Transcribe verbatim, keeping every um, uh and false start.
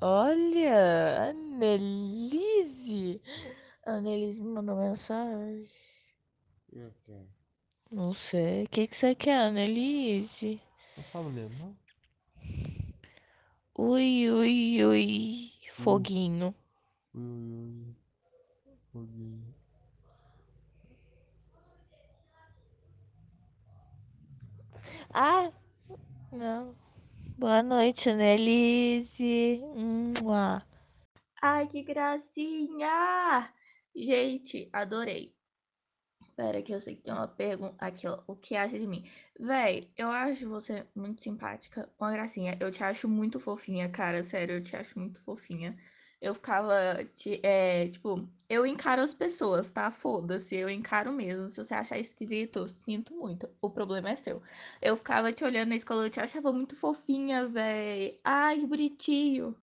Olha, Annelise. A Annelise me mandou mensagem. E o quê? Não sei. O que que você quer, Annelise? Não sabe ler, não? Ui, ui, ui. Ui, Foguinho. ui, ui, ui. Foguinho. Ah, não. Boa noite, Annelise. Mua. Ai, que gracinha! Gente, adorei. Pera que eu sei que tem uma pergunta aqui, ó. O que acha de mim? Véi, eu acho você muito simpática, uma gracinha. Eu te acho muito fofinha, cara. Sério, eu te acho muito fofinha. Eu ficava, te- é, tipo, eu encaro as pessoas, tá? Foda-se, eu encaro mesmo. Se você achar esquisito, sinto muito. O problema é seu. Eu ficava te olhando na escola, eu te achava muito fofinha, véi. Ai, que bonitinho.